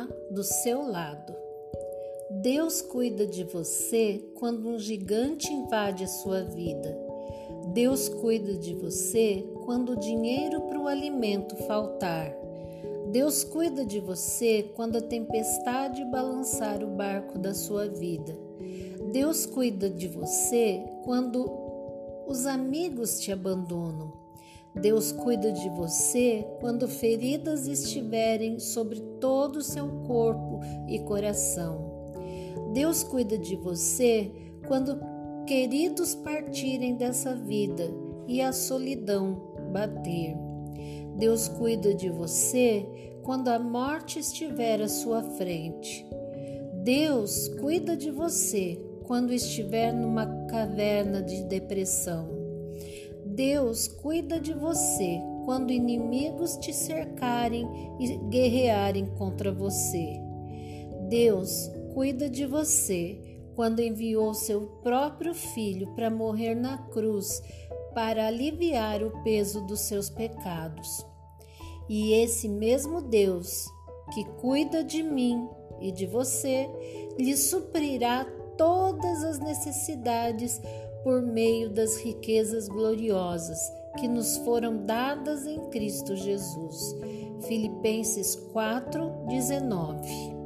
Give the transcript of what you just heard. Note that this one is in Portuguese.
do seu lado. Deus cuida de você quando um gigante invade a sua vida. Deus cuida de você quando o dinheiro para o alimento faltar. Deus cuida de você quando a tempestade balançar o barco da sua vida. Deus cuida de você quando os amigos te abandonam. Deus cuida de você quando feridas estiverem sobre todo o seu corpo e coração. Deus cuida de você quando queridos partirem dessa vida e a solidão bater. Deus cuida de você quando a morte estiver à sua frente. Deus cuida de você quando estiver numa caverna de depressão. Deus cuida de você quando inimigos te cercarem e guerrearem contra você. Deus cuida de você quando enviou seu próprio filho para morrer na cruz para aliviar o peso dos seus pecados. E esse mesmo Deus que cuida de mim e de você lhe suprirá todas as necessidades por meio das riquezas gloriosas que nos foram dadas em Cristo Jesus. Filipenses 4:19.